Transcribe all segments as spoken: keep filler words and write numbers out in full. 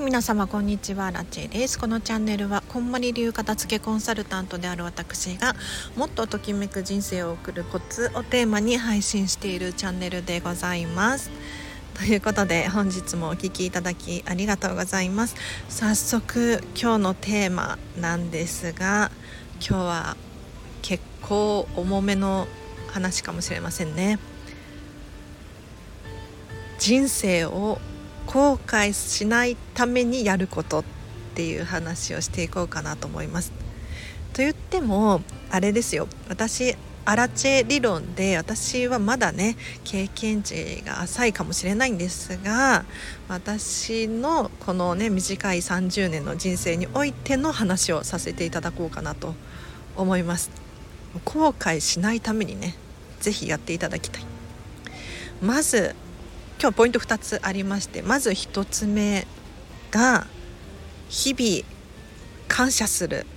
皆様こんにちは、ラチェです。このチャンネルはこんまり流片付けコンサルタントである私がもっとときめく人生を送るコツをテーマに配信しているチャンネルでございます。ということで本日もお聞きいただきありがとうございます。早速今日のテーマなんですが、今日は結構重めの話かもしれませんね。人生を後悔しないためにやることっていう話をしていこうかなと思います。と言ってもあれですよ、私アラチェ理論で私はまだね経験値が浅いかもしれないんですが、私のこのね短いさんじゅうねんの人生においての話をさせていただこうかなと思います。後悔しないためにねぜひやっていただきたい。まず今日ポイントふたつありまして、まずひとつめが日々感謝する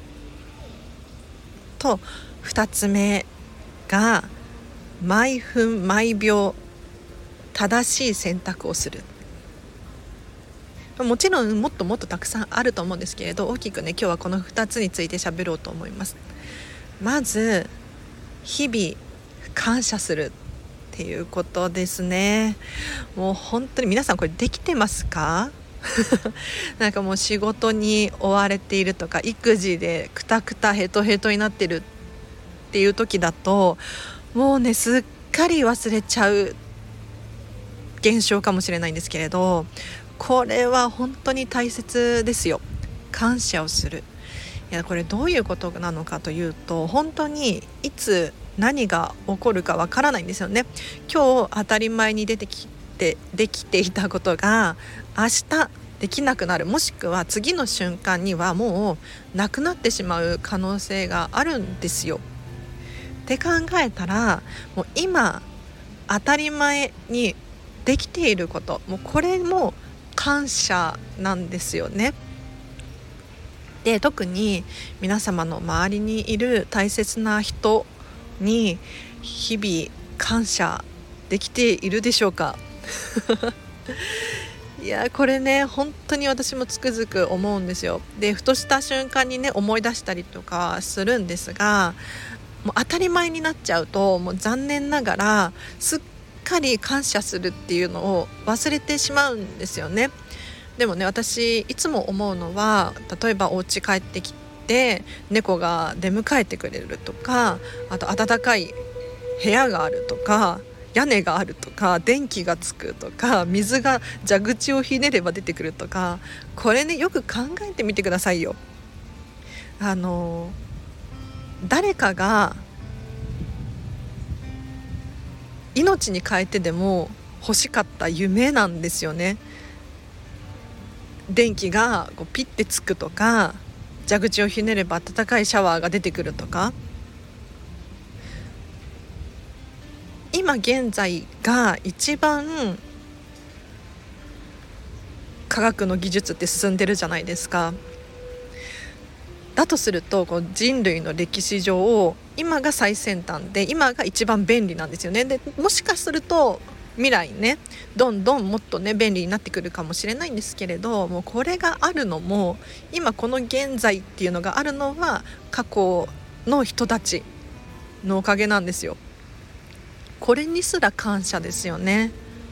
と、ふたつめが毎分毎秒正しい選択をする。もちろんもっともっとたくさんあると思うんですけれど、大きくね今日はこのふたつについて喋ろうと思います。まず日々感謝するっていうことですね。もう本当に皆さんこれできてますか？なんかもう仕事に追われているとか育児でクタクタヘトヘトになってるっていう時だと、もうねすっかり忘れちゃう現象かもしれないんですけれど、これは本当に大切ですよ。感謝をする。いやこれどういうことなのかというと、本当にいつ何が起こるかわからないんですよね。今日当たり前に出てきてできていたことが明日できなくなる、もしくは次の瞬間にはもうなくなってしまう可能性があるんですよ。って考えたら、もう今当たり前にできていること、もうこれも感謝なんですよね。で、特に皆様の周りにいる大切な人に日々感謝できているでしょうか？いやこれね本当に私もつくづく思うんですよ。で、ふとした瞬間にね思い出したりとかするんですが、もう当たり前になっちゃうと、もう残念ながらすっかり感謝するっていうのを忘れてしまうんですよね。でもね、私いつも思うのは、例えばお家帰ってきて猫が出迎えてくれるとか、あと暖かい部屋があるとか、屋根があるとか、電気がつくとか、水が蛇口をひねれば出てくるとか、これねよく考えてみてくださいよ。あの誰かが命に変えてでも欲しかった夢なんですよね。電気がこうピッてつくとか、蛇口をひねれば温かいシャワーが出てくるとか、今現在が一番科学の技術って進んでるじゃないですか。だとするとこう人類の歴史上今が最先端で、今が一番便利なんですよね。でもしかすると未来ねどんどんもっとね便利になってくるかもしれないんですけれど、もうこれがあるのも、今この現在っていうのがあるのは過去の人たちのおかげなんですよ。これにすら感謝ですよね。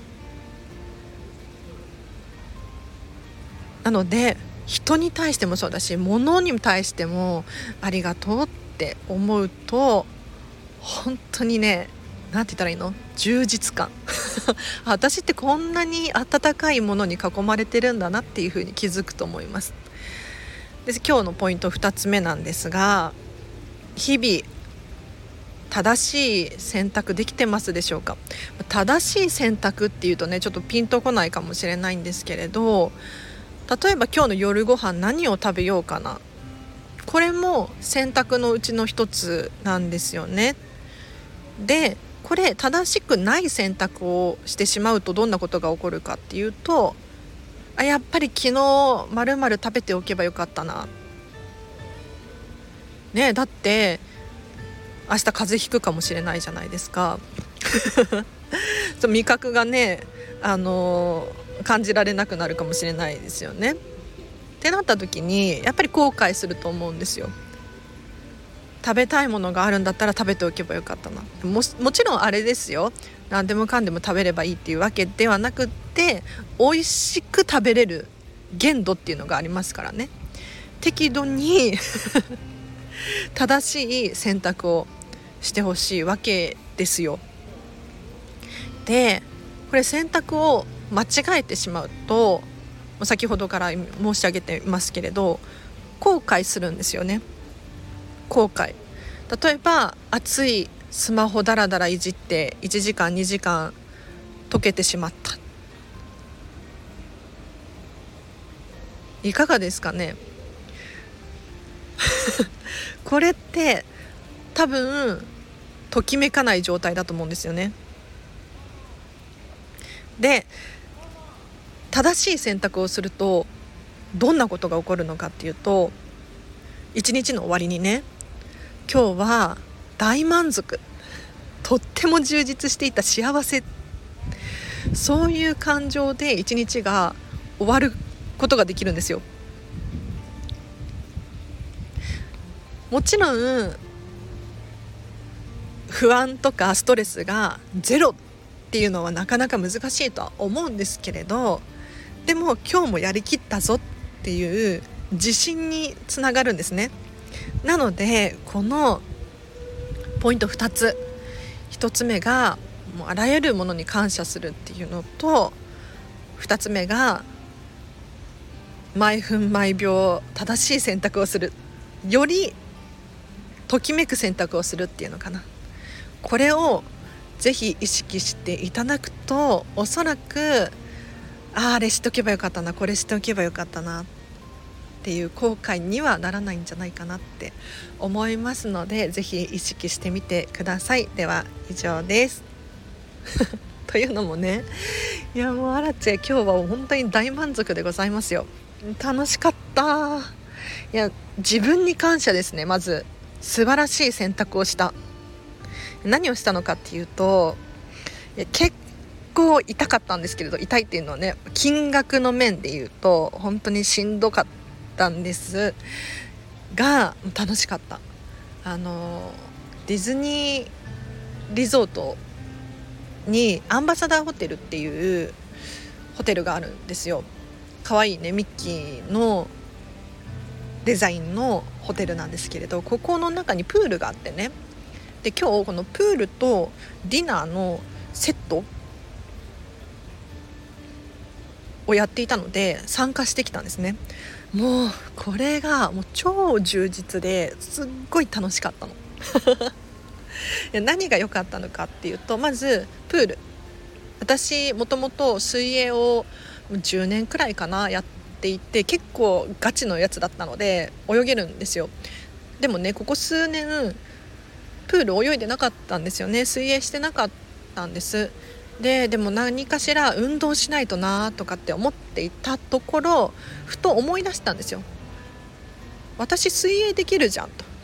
なので人に対してもそうだし、物に対してもありがとうって思うと、本当にね、なんて言ったらいいの、充実感私ってこんなに温かいものに囲まれてるんだなっていうふうに気づくと思います。で、今日のポイントふたつめなんですが、日々正しい選択できてますでしょうか？正しい選択っていうとねちょっとピンとこないかもしれないんですけれど、例えば今日の夜ご飯何を食べようかな、これも選択のうちの一つなんですよね。でこれ正しくない選択をしてしまうとどんなことが起こるかっていうと、あやっぱり昨日丸々食べておけばよかったな、ね、だって明日風邪ひくかもしれないじゃないですかそう味覚がね、あの感じられなくなるかもしれないですよね。ってなった時にやっぱり後悔すると思うんですよ。食べたいものがあるんだったら食べておけばよかったな。 も, もちろんあれですよ、何でもかんでも食べればいいっていうわけではなくって、美味しく食べれる限度っていうのがありますからね。適度に正しい選択をしてほしいわけですよ。でこれ選択を間違えてしまうと、先ほどから申し上げていますけれど、後悔するんですよね。後悔。例えば熱いスマホダラダラいじっていちじかんにじかん溶けてしまった、いかがですかね。これって多分ときめかない状態だと思うんですよね。で正しい選択をするとどんなことが起こるのかっていうと、一日の終わりにね、今日は大満足、とっても充実していた、幸せ、そういう感情で一日が終わることができるんですよ。もちろん不安とかストレスがゼロっていうのはなかなか難しいとは思うんですけれど、でも今日もやりきったぞっていう自信につながるんですね。なのでこのポイントふたつ、ひとつめがもうあらゆるものに感謝するっていうのと、ふたつめが毎分毎秒正しい選択をする、よりときめく選択をするっていうのかな。これをぜひ意識していただくと、おそらくあ, あれしとけばよかったな、これしておけばよかったなっていう後悔にはならないんじゃないかなって思いますので、ぜひ意識してみてください。では以上ですというのもね、いやもうアラチェ今日は本当に大満足でございますよ。楽しかった。いや自分に感謝ですね。まず素晴らしい選択をした。何をしたのかっていうと、いや結構痛かったんですけれど、痛いっていうのはね、金額の面で言うと本当にしんどかったんですが楽しかった。あのディズニーリゾートにアンバサダーホテルっていうホテルがあるんですよ。かわいいね、ミッキーのデザインのホテルなんですけれど、ここの中にプールがあってね、で今日このプールとディナーのセットをやっていたので参加してきたんですね。もうこれがもう超充実ですっごい楽しかったのいや何が良かったのかっていうと、まずプール、私もともと水泳をじゅうねんくらいかなやっていて、結構ガチのやつだったので泳げるんですよ。でもねここ数年プール泳いでなかったんですよね。水泳してなかったんです。ででも何かしら運動しないとなとかって思っていたところ、ふと思い出したんですよ。私水泳できるじゃんと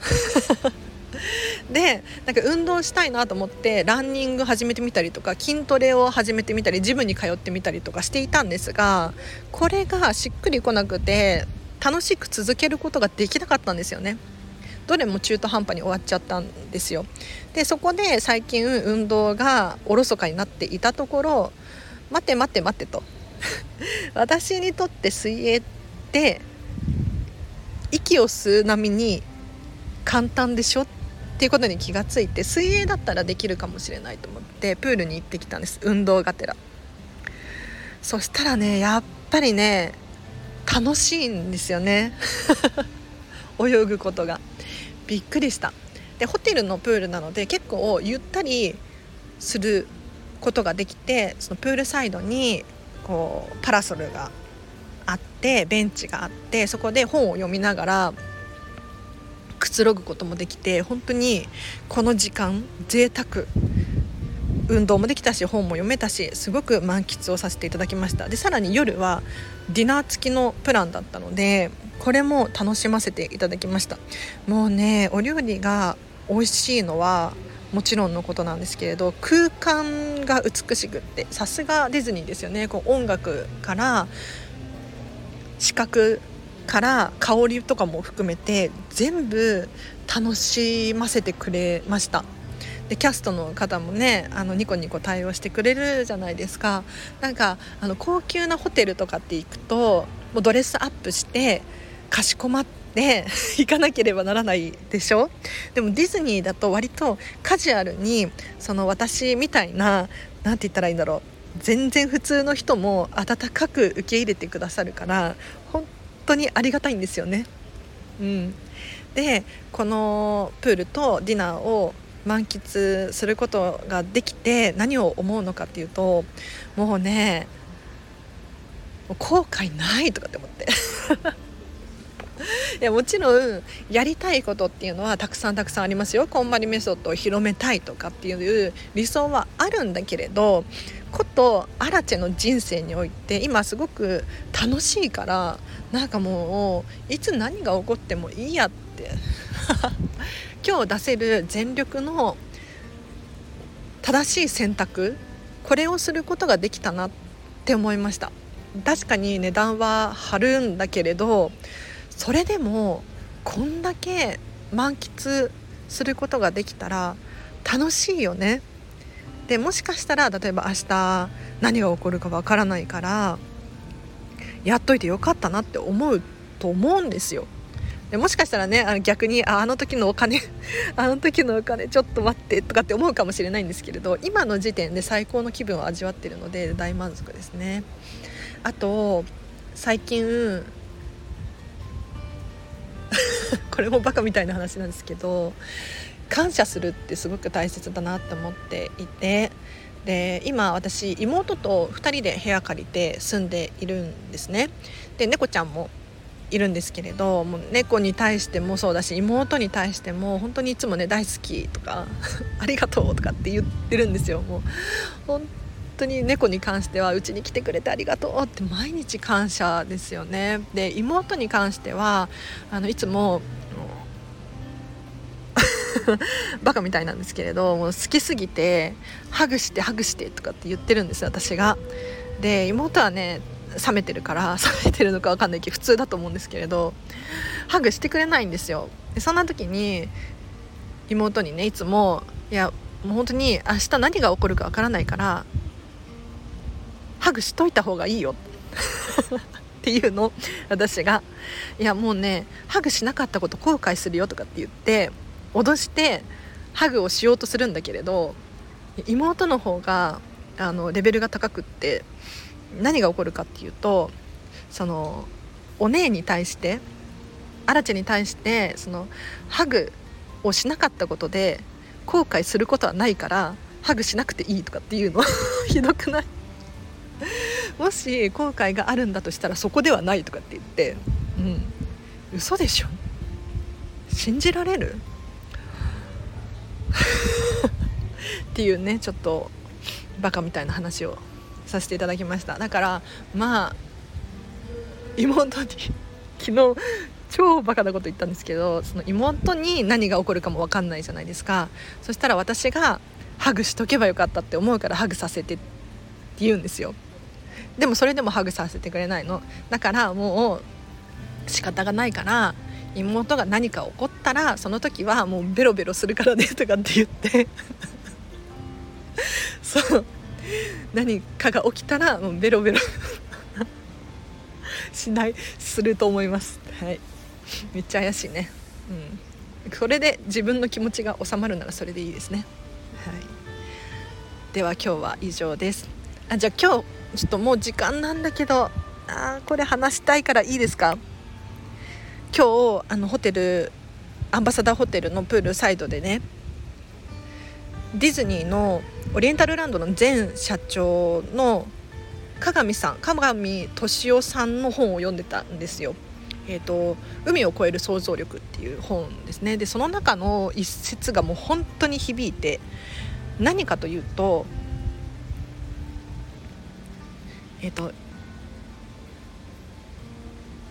でなんか運動したいなと思ってランニング始めてみたりとか、筋トレを始めてみたり、ジムに通ってみたりとかしていたんですが、これがしっくりこなくて楽しく続けることができなかったんですよね。どれも中途半端に終わっちゃったんですよ。でそこで最近運動がおろそかになっていたところ、待て待て待てと私にとって水泳って息を吸う並みに簡単でしょっていうことに気がついて、水泳だったらできるかもしれないと思ってプールに行ってきたんです、運動がてら。そしたらね、やっぱりね楽しいんですよね泳ぐことがびっくりした。でホテルのプールなので結構ゆったりすることができて、そのプールサイドにこうパラソルがあってベンチがあって、そこで本を読みながらくつろぐこともできて、本当にこの時間贅沢、運動もできたし本も読めたし、すごく満喫をさせていただきました。でさらに夜はディナー付きのプランだったので、これも楽しませていただきました。もうねお料理が美味しいのはもちろんのことなんですけれど、空間が美しくって、さすがディズニーですよね。こう音楽から視覚から香りとかも含めて全部楽しませてくれました。でキャストの方もね、あのニコニコ対応してくれるじゃないですか。なんかあの高級なホテルとかって行くともうドレスアップしてかしこまって行かなければならないでしょ。でもディズニーだと割とカジュアルに、その私みたいな、なんて言ったらいいんだろう、全然普通の人も温かく受け入れてくださるから本当にありがたいんですよね。うん、でこのプールとディナーを満喫することができて何を思うのかっていうと、もうね後悔ないとかって思っていやもちろんやりたいことっていうのはたくさんたくさんありますよ。こんまりメソッドを広めたいとかっていう理想はあるんだけれど、ことアラチェの人生において今すごく楽しいから、なんかもういつ何が起こってもいいやって今日出せる全力の正しい選択、これをすることができたなって思いました。確かに値段は張るんだけれど、それでもこんだけ満喫することができたら楽しいよね。でもしかしたら例えば明日何が起こるかわからないからやっといてよかったなって思うと思うんですよ。でもしかしたらね、あの逆に あ, あの時のお金あの時のお金ちょっと待ってとかって思うかもしれないんですけれど、今の時点で最高の気分を味わっているので大満足ですね。あと最近これもバカみたいな話なんですけど、感謝するってすごく大切だなって思っていて、で今私妹とふたりで部屋借りて住んでいるんですね。で猫ちゃんもいるんですけれど、もう猫に対してもそうだし妹に対しても本当にいつもね大好きとかありがとうとかって言ってるんですよ。もう本当に猫に関してはうちに来てくれてありがとうって毎日感謝ですよね。で妹に関してはあのいつもバカみたいなんですけれど、もう好きすぎてハグしてハグしてとかって言ってるんですよ私が。で妹はね冷めてるから冷めてるのか分かんないけど普通だと思うんですけれどハグしてくれないんですよ。でそんな時に妹にねいつもいやもう本当に明日何が起こるか分からないからハグしといた方がいいよっていうの私が、いやもうねハグしなかったこと後悔するよとかって言って脅してハグをしようとするんだけれど、妹の方があのレベルが高くって何が起こるかっていうと、そのお姉に対してアラチェに対してそのハグをしなかったことで後悔することはないからハグしなくていいとかっていうのひどくない？もし後悔があるんだとしたらそこではないとかって言って、うん、嘘でしょ、信じられるっていうね、ちょっとバカみたいな話をさせていただきました。だからまあ妹に昨日超バカなこと言ったんですけど、その妹に何が起こるかも分かんないじゃないですか。そしたら私がハグしとけばよかったって思うからハグさせてって言うんですよ。でもそれでもハグさせてくれないの。だからもう仕方がないから、妹が何か起こったらその時はもうベロベロするからねとかって言ってそう何かが起きたらもうベロベロしないすると思います。はい、めっちゃ怪しいね。うん、それで自分の気持ちが収まるならそれでいいですね。はい、では今日は以上です。あ、じゃあ今日ちょっともう時間なんだけど、あこれ話したいからいいですか？今日あのホテルアンバサダーホテルのプールサイドでね、ディズニーのオリエンタルランドの前社長の加賀美さん加賀美俊夫さんの本を読んでたんですよ。えーと、海を越える想像力っていう本ですね。でその中の一節がもう本当に響いて、何かというと、えーと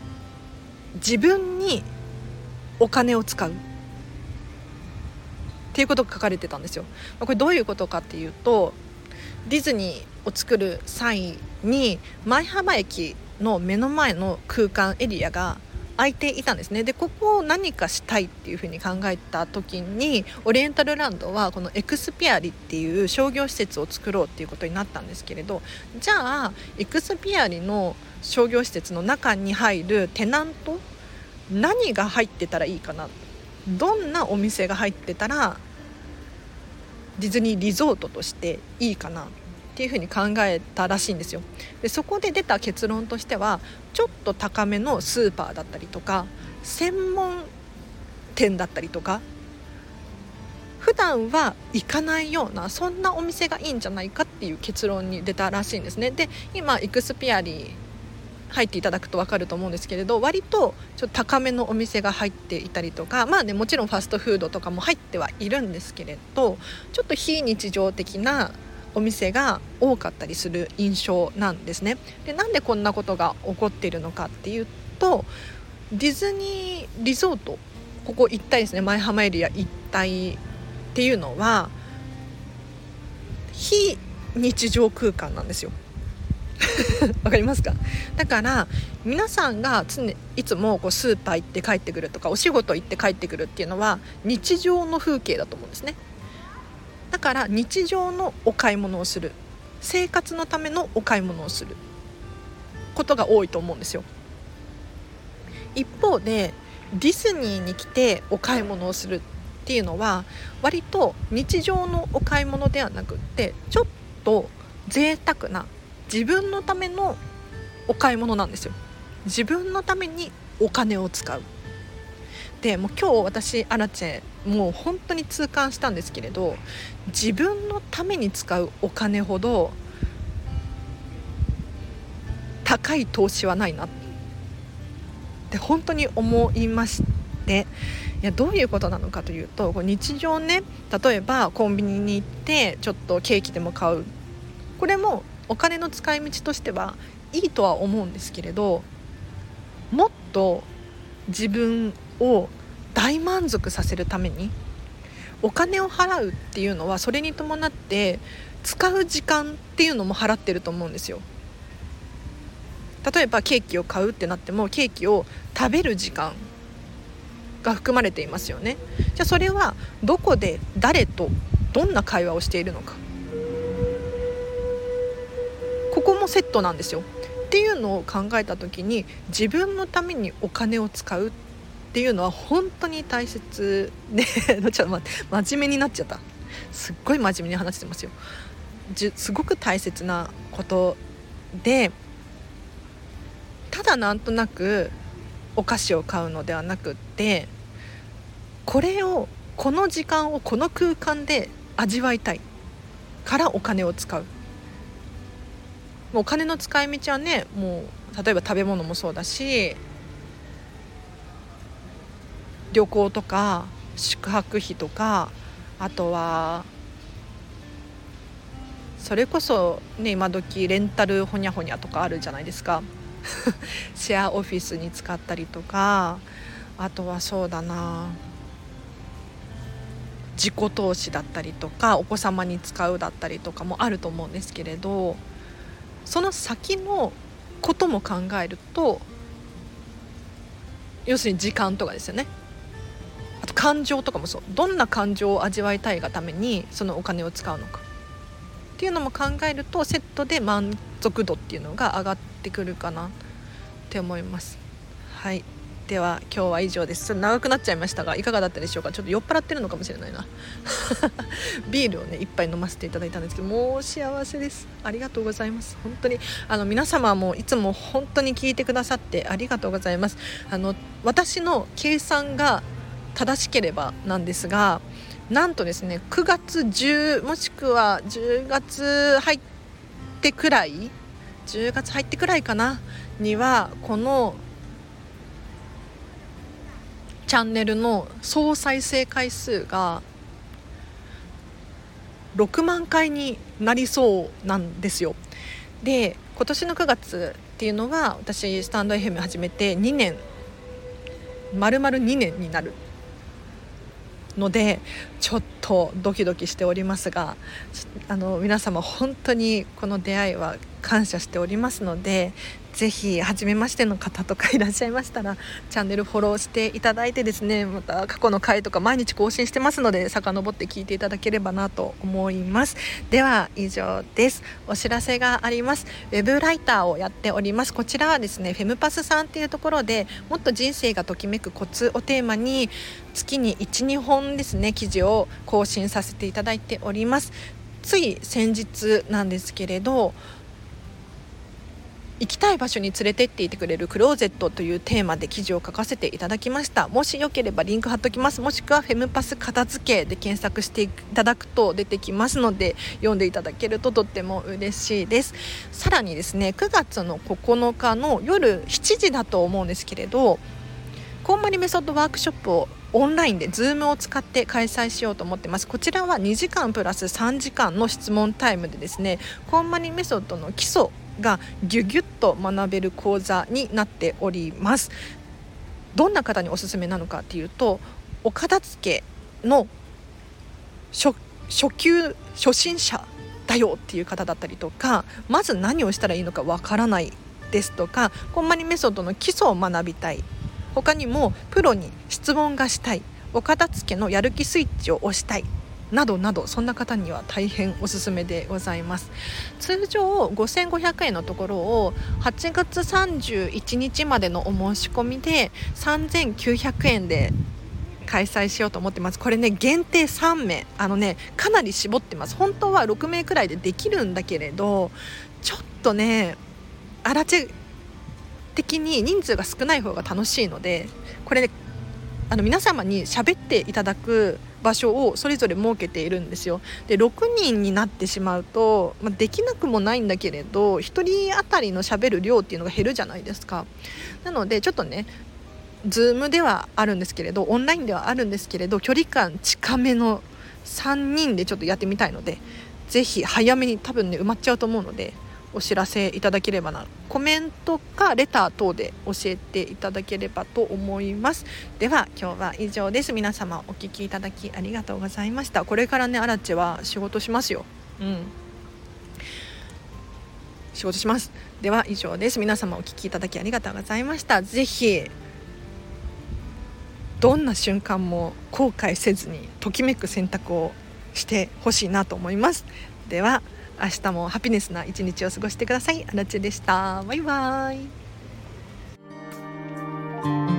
自分にお金を使うっっていうことが書かれてたんですよ。これどういうことかっていうと、ディズニーを作る際に舞浜駅の目の前の空間エリアが空いていたんですね。でここを何かしたいっていうふうに考えた時に、オリエンタルランドはこのエクスピアリっていう商業施設を作ろうっていうことになったんですけれど、じゃあエクスピアリの商業施設の中に入るテナント、何が入ってたらいいかな、どんなお店が入ってたらディズニーリゾートとしていいかなっていうふうに考えたらしいんですよ。でそこで出た結論としては、ちょっと高めのスーパーだったりとか専門店だったりとか、普段は行かないようなそんなお店がいいんじゃないかっていう結論に出たらしいんですね。で今エクスピアリ入っていただくと分かると思うんですけれど、割とちょっと高めのお店が入っていたりとか、まあね、もちろんファストフードとかも入ってはいるんですけれど、ちょっと非日常的なお店が多かったりする印象なんですね。でなんでこんなことが起こっているのかっていうと、ディズニーリゾート、ここ一帯ですね、舞浜エリア一帯っていうのは非日常空間なんですよ。わかりますか？だから皆さんが常いつもこうスーパー行って帰ってくるとか、お仕事行って帰ってくるっていうのは日常の風景だと思うんですね。だから日常のお買い物をする、生活のためのお買い物をすることが多いと思うんですよ。一方でディズニーに来てお買い物をするっていうのは、割と日常のお買い物ではなくって、ちょっと贅沢な自分のためのお買い物なんですよ。自分のためにお金を使う。でもう今日私アラチェもう本当に痛感したんですけれど、自分のために使うお金ほど高い投資はないなって本当に思いまして、いやどういうことなのかというと、こう日常ね、例えばコンビニに行ってちょっとケーキでも買う、これもお金の使い道としてはいいとは思うんですけれど、もっと自分を大満足させるためにお金を払うっていうのは、それに伴って使う時間っていうのも払ってると思うんですよ。例えばケーキを買うってなっても、ケーキを食べる時間が含まれていますよね。じゃあそれはどこで誰とどんな会話をしているのか、ここもセットなんですよ。っていうのを考えた時に、自分のためにお金を使うっていうのは本当に大切でちょっと待って、真面目になっちゃった。すっごい真面目に話してますよ。じすごく大切なことで、ただなんとなくお菓子を買うのではなくって、これをこの時間をこの空間で味わいたいからお金を使う。もうお金の使い道はね、もう例えば食べ物もそうだし、旅行とか宿泊費とか、あとはそれこそね、今時レンタルほにゃほにゃとかあるじゃないですかシェアオフィスに使ったりとか、あとはそうだな、自己投資だったりとか、お子様に使うだったりとかもあると思うんですけれど、その先のことも考えると、要するに時間とかですよね。あと感情とかもそう、どんな感情を味わいたいがためにそのお金を使うのかっていうのも考えると、セットで満足度っていうのが上がってくるかなって思います。はい、では今日は以上です。ちょっと長くなっちゃいましたが、いかがだったでしょうか。ちょっと酔っ払ってるのかもしれないなビールをね一杯飲ませていただいたんですけど、もう幸せです。ありがとうございます。本当にあの皆様もいつも本当に聞いてくださってありがとうございます。あの私の計算が正しければなんですが、なんとですね、くがつじゅうもしくはじゅうがつ入ってくらいじゅうがつ入ってくらいかなには、このチャンネルの総再生回数がろくまんかいになりそうなんですよ。で今年のくがつっていうのは、私スタンド エフエム 始めてにねん、丸々にねんになるのでちょっとドキドキしておりますが、あの皆様本当にこの出会いは感謝しておりますので、ぜひ初めましての方とかいらっしゃいましたらチャンネルフォローしていただいてですね、また過去の回とか毎日更新してますので遡って聞いていただければなと思います。では以上です。お知らせがあります。ウェブライターをやっております。こちらはですねフェムパスさんっていうところでもっと人生がときめくコツをテーマに月に いち,に 本ですね記事を更新させていただいております。つい先日なんですけれど、行きたい場所に連れてっていてくれるクローゼットというテーマで記事を書かせていただきました。もしよければリンク貼っときます。もしくはフェムパス片付けで検索していただくと出てきますので、読んでいただけるととっても嬉しいです。さらにですねくがつのここのかの夜しちじだと思うんですけれど、こんまりメソッドワークショップをオンラインで Zoom を使って開催しようと思ってます。こちらはにじかんプラスさんじかんの質問タイムでですね、こんまりメソッドの基礎がギュギュッと学べる講座になっております。どんな方におすすめなのかっていうと、お片付けの 初, 初級初心者だよっていう方だったりとか、まず何をしたらいいのかわからないですとか、こんまりメソッドの基礎を学びたい、他にもプロに質問がしたい、お片付けのやる気スイッチを押したいなどなど、そんな方には大変おすすめでございます。通常ごせんごひゃくえんのところをはちがつさんじゅういちにちまでのお申し込みでさんぜんきゅうひゃくえんで開催しようと思ってます。これね限定さんめい、あのねかなり絞ってます。本当はろくめいくらいでできるんだけれど、ちょっとねあらち的に人数が少ない方が楽しいので、これねあの皆様に喋っていただく場所をそれぞれ設けているんですよ。でろくにんになってしまうと、まあ、できなくもないんだけれどひとり当たりの喋る量っていうのが減るじゃないですか。なのでちょっとねズームではあるんですけれど、オンラインではあるんですけれど、距離感近めのさんにんでちょっとやってみたいので、ぜひ早めに多分ね埋まっちゃうと思うのでお知らせいただければな、コメントかレター等で教えていただければと思います。では今日は以上です。皆様お聞きいただきありがとうございました。これからねアラチは仕事しますよ。うん仕事します。では以上です。皆様お聞きいただきありがとうございました。ぜひどんな瞬間も後悔せずにときめく選択をしてほしいなと思います。では明日もハピネスな一日を過ごしてください。あらちでした。バイバイ。